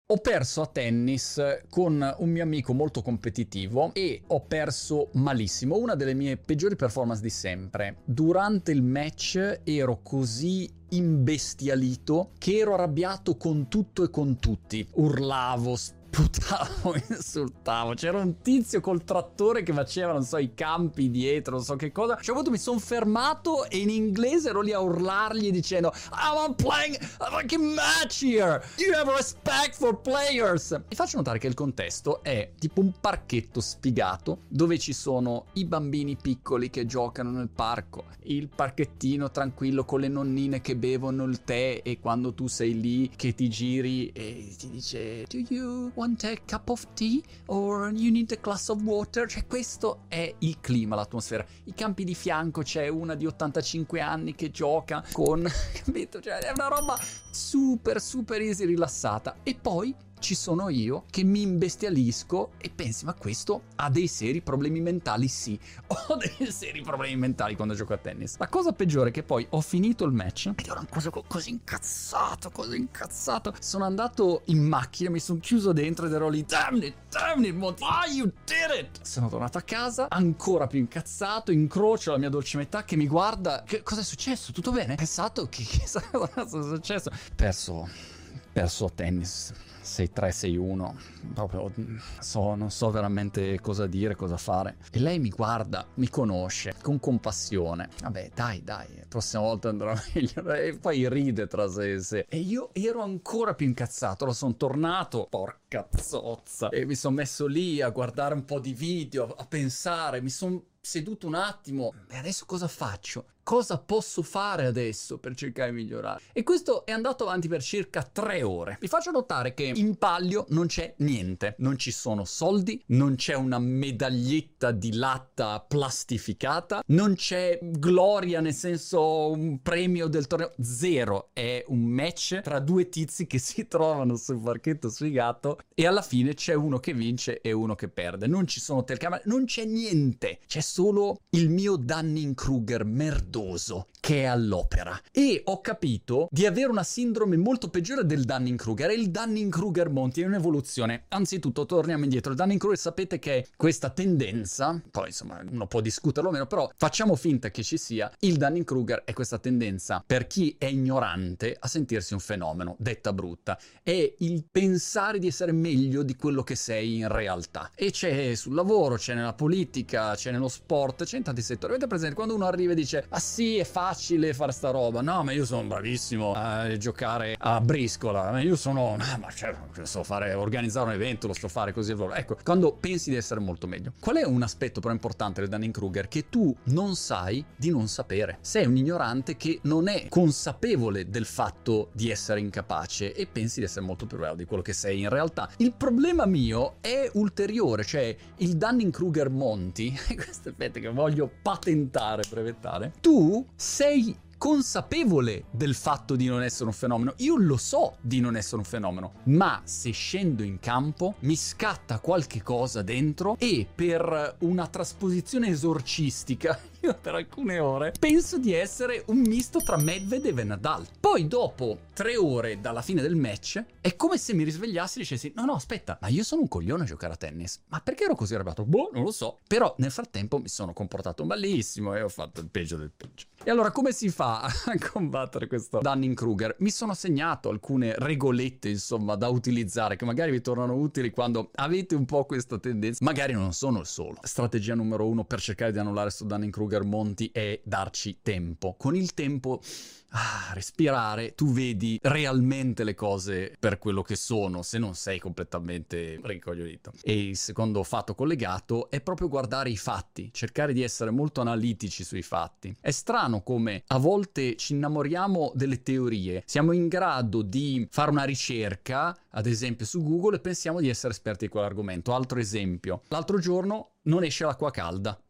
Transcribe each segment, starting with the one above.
Ho perso a tennis con un mio amico molto competitivo e ho perso malissimo, una delle mie peggiori performance di sempre. Durante il match ero così imbestialito che ero arrabbiato con tutto e con tutti. Urlavo, sputavo, insultavo. C'era un tizio col trattore che faceva, non so, i campi dietro, non so che cosa. A un certo punto mi sono fermato e in inglese ero lì a urlargli dicendo I'm playing a fucking match here. You have respect for players. Vi faccio notare che il contesto è tipo un parchetto sfigato dove ci sono i bambini piccoli che giocano nel parco, il parchettino tranquillo con le nonnine che bevono il tè e quando tu sei lì che ti giri e ti dice do you want a cup of tea or you need a glass of water? Cioè questo è il clima, l'atmosfera. I campi di fianco c'è una di 85 anni che gioca con capito? Cioè è una roba super easy, rilassata. E poi ci sono io che mi imbestialisco e pensi ma questo ha dei seri problemi mentali. Sì, ho dei seri problemi mentali quando gioco a tennis. La cosa peggiore è che poi ho finito il match ed ero ancora così incazzato. Sono andato in macchina, mi sono chiuso dentro ed ero lì damn it Monty, you did it. Sono tornato a casa ancora più incazzato, incrocio la mia dolce metà che mi guarda. Cosa è successo? Tutto bene? Ho pensato che cosa è successo? Perso a tennis 6-3, 6-1, proprio non so veramente cosa dire, cosa fare. E lei mi guarda, mi conosce, con compassione. Vabbè, dai, prossima volta andrà meglio. E poi ride tra sé e sé. E io ero ancora più incazzato, allora sono tornato, porca zozza, e mi sono messo lì a guardare un po' di video, a pensare, mi sono seduto un attimo. E adesso cosa faccio? Cosa posso fare adesso per cercare di migliorare? E questo è andato avanti per circa 3 ore. Vi faccio notare che in palio non c'è niente. Non ci sono soldi, non c'è una medaglietta di latta plastificata, non c'è gloria, nel senso un premio del torneo. Zero. È un match tra 2 tizi che si trovano sul parchetto sfigato e alla fine c'è uno che vince e uno che perde. Non ci sono telecamere, non c'è niente. C'è solo il mio Dunning-Kruger merdoso che è all'opera. E ho capito di avere una sindrome molto peggiore del Dunning-Kruger. È il Dunning-Kruger Monty, è un'evoluzione. Anzitutto torniamo indietro. Il Dunning-Kruger sapete che è questa tendenza, poi insomma uno può discuterlo o meno, però facciamo finta che ci sia. Il Dunning-Kruger è questa tendenza per chi è ignorante a sentirsi un fenomeno, detta brutta. È il pensare di essere meglio di quello che sei in realtà. E c'è sul lavoro, c'è nella politica, c'è nello sport, c'è in tanti settori. Avete presente quando uno arriva e dice ah sì, è facile fare sta roba, no ma io sono bravissimo a giocare a briscola, io sono ma cioè, so fare, organizzare un evento, lo so fare così. Ecco, quando pensi di essere molto meglio. Qual è un aspetto però importante del Dunning-Kruger? Che tu non sai di non sapere. Sei un ignorante che non è consapevole del fatto di essere incapace e pensi di essere molto più bravo di quello che sei in realtà. Il problema mio è ulteriore, cioè il Dunning-Kruger Monty, questo è il fatto che voglio patentare, brevettare. Tu sei consapevole del fatto di non essere un fenomeno. Io lo so di non essere un fenomeno, ma se scendo in campo mi scatta qualche cosa dentro e per una trasposizione esorcistica io per alcune ore penso di essere un misto tra Medvedev e Nadal. Poi dopo 3 ore dalla fine del match è come se mi risvegliassi e dicessi no aspetta, ma io sono un coglione a giocare a tennis. Ma perché ero così arrabbiato? Boh, non lo so. Però nel frattempo mi sono comportato malissimo e ho fatto il peggio del peggio. E allora come si fa a combattere questo Dunning-Kruger? Mi sono segnato alcune regolette insomma da utilizzare che magari vi tornano utili quando avete un po' questa tendenza. Magari non sono il solo. Strategia numero 1 per cercare di annullare sto Dunning-Kruger Monty è darci tempo. Con il tempo respirare, tu vedi realmente le cose per quello che sono, se non sei completamente rincoglionito. E il secondo fatto collegato è proprio guardare i fatti, cercare di essere molto analitici sui fatti. È strano come a volte ci innamoriamo delle teorie, siamo in grado di fare una ricerca, ad esempio su Google, e pensiamo di essere esperti di quell'argomento. Altro esempio, l'altro giorno non esce l'acqua calda.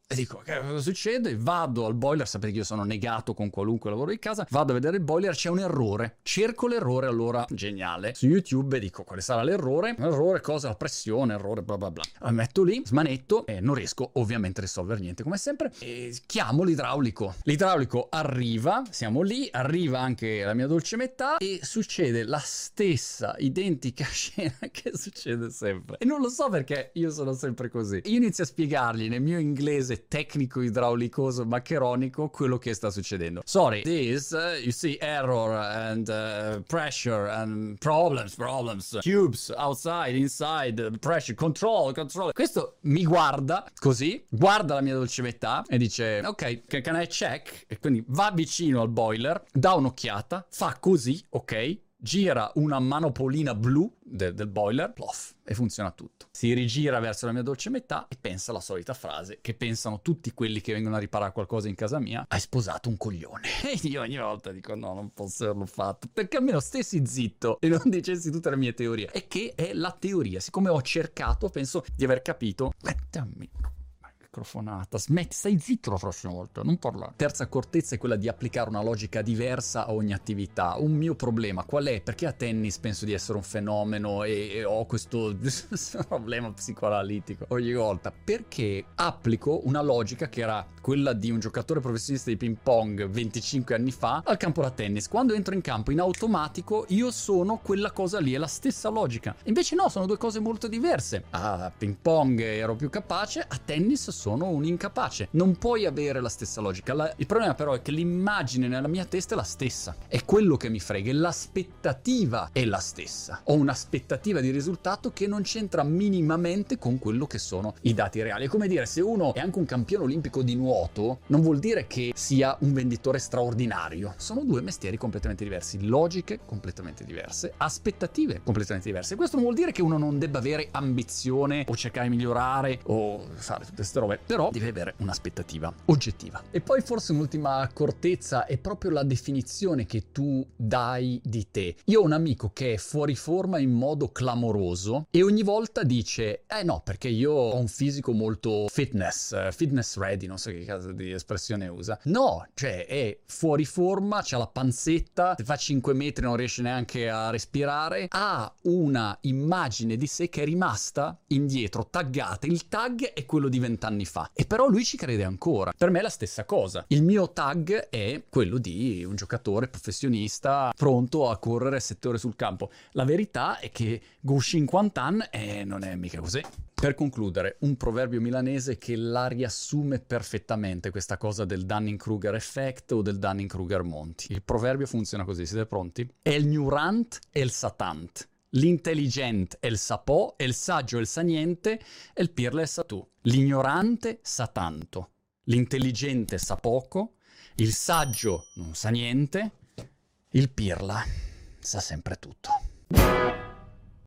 E dico, che cosa succede? Vado al boiler, sapete che io sono negato con qualunque lavoro di casa, vado a vedere il boiler, c'è un errore. Cerco l'errore, allora, geniale. Su YouTube e dico, quale sarà l'errore? L'errore, cosa? La pressione, errore, bla bla bla. La metto lì, smanetto e non riesco ovviamente a risolvere niente, come sempre. E chiamo l'idraulico. L'idraulico arriva, siamo lì, arriva anche la mia dolce metà e succede la stessa identica scena che succede sempre. E non lo so perché io sono sempre così. Io inizio a spiegargli nel mio inglese tecnico idraulicoso maccheronico quello che sta succedendo. Sorry, this you see error and pressure and problems, tubes outside, inside, pressure, control. Questo mi guarda così, guarda la mia dolce metà e dice ok, can I check? E quindi va vicino al boiler, dà un'occhiata, fa così, ok, gira una manopolina blu del boiler, plof, e funziona tutto. Si rigira verso la mia dolce metà e pensa la solita frase che pensano tutti quelli che vengono a riparare qualcosa in casa mia: hai sposato un coglione. E io ogni volta dico no, non posso averlo fatto, perché almeno stessi zitto e non dicessi tutte le mie teorie. E che è la teoria, siccome ho cercato, penso di aver capito. Dammi microfonata, smetti, stai zitto la prossima volta, non parlare. Terza accortezza è quella di applicare una logica diversa a ogni attività. Un mio problema qual è? Perché a tennis penso di essere un fenomeno e ho questo problema psicoanalitico ogni volta? Perché applico una logica che era quella di un giocatore professionista di ping pong 25 anni fa al campo da tennis. Quando entro in campo in automatico io sono quella cosa lì, è la stessa logica. Invece no, sono due cose molto diverse. A ping pong ero più capace, a tennis sono un incapace. Non puoi avere la stessa logica. Il problema però è che l'immagine nella mia testa è la stessa. È quello che mi frega, l'aspettativa è la stessa. Ho un'aspettativa di risultato che non c'entra minimamente con quello che sono i dati reali. È come dire, se uno è anche un campione olimpico di nuoto, non vuol dire che sia un venditore straordinario. Sono due mestieri completamente diversi, logiche completamente diverse, aspettative completamente diverse. Questo non vuol dire che uno non debba avere ambizione o cercare di migliorare o fare tutte queste robe, però deve avere un'aspettativa oggettiva. E poi forse un'ultima accortezza è proprio la definizione che tu dai di te. Io ho un amico che è fuori forma in modo clamoroso e ogni volta dice no, perché io ho un fisico molto fitness ready, non so che caso di espressione usa. No, cioè è fuori forma, c'ha la panzetta, se fa 5 metri non riesce neanche a respirare, ha una immagine di sé che è rimasta indietro, taggata. Il tag è quello di 20 anni fa e però lui ci crede ancora. Per me è la stessa cosa. Il mio tag è quello di un giocatore professionista pronto a correre 7 ore sul campo. La verità è che Go 50 anni non è mica così. Per concludere, un proverbio milanese che la riassume perfettamente, questa cosa del Dunning-Kruger effect o del Dunning-Kruger Monti. Il proverbio funziona così, siete pronti? El ignorant e il satant. L'intelligente è il sapò, e il saggio è il sa niente, e il pirla è sa tu. L'ignorante sa tanto, l'intelligente sa poco, il saggio non sa niente, il pirla sa sempre tutto.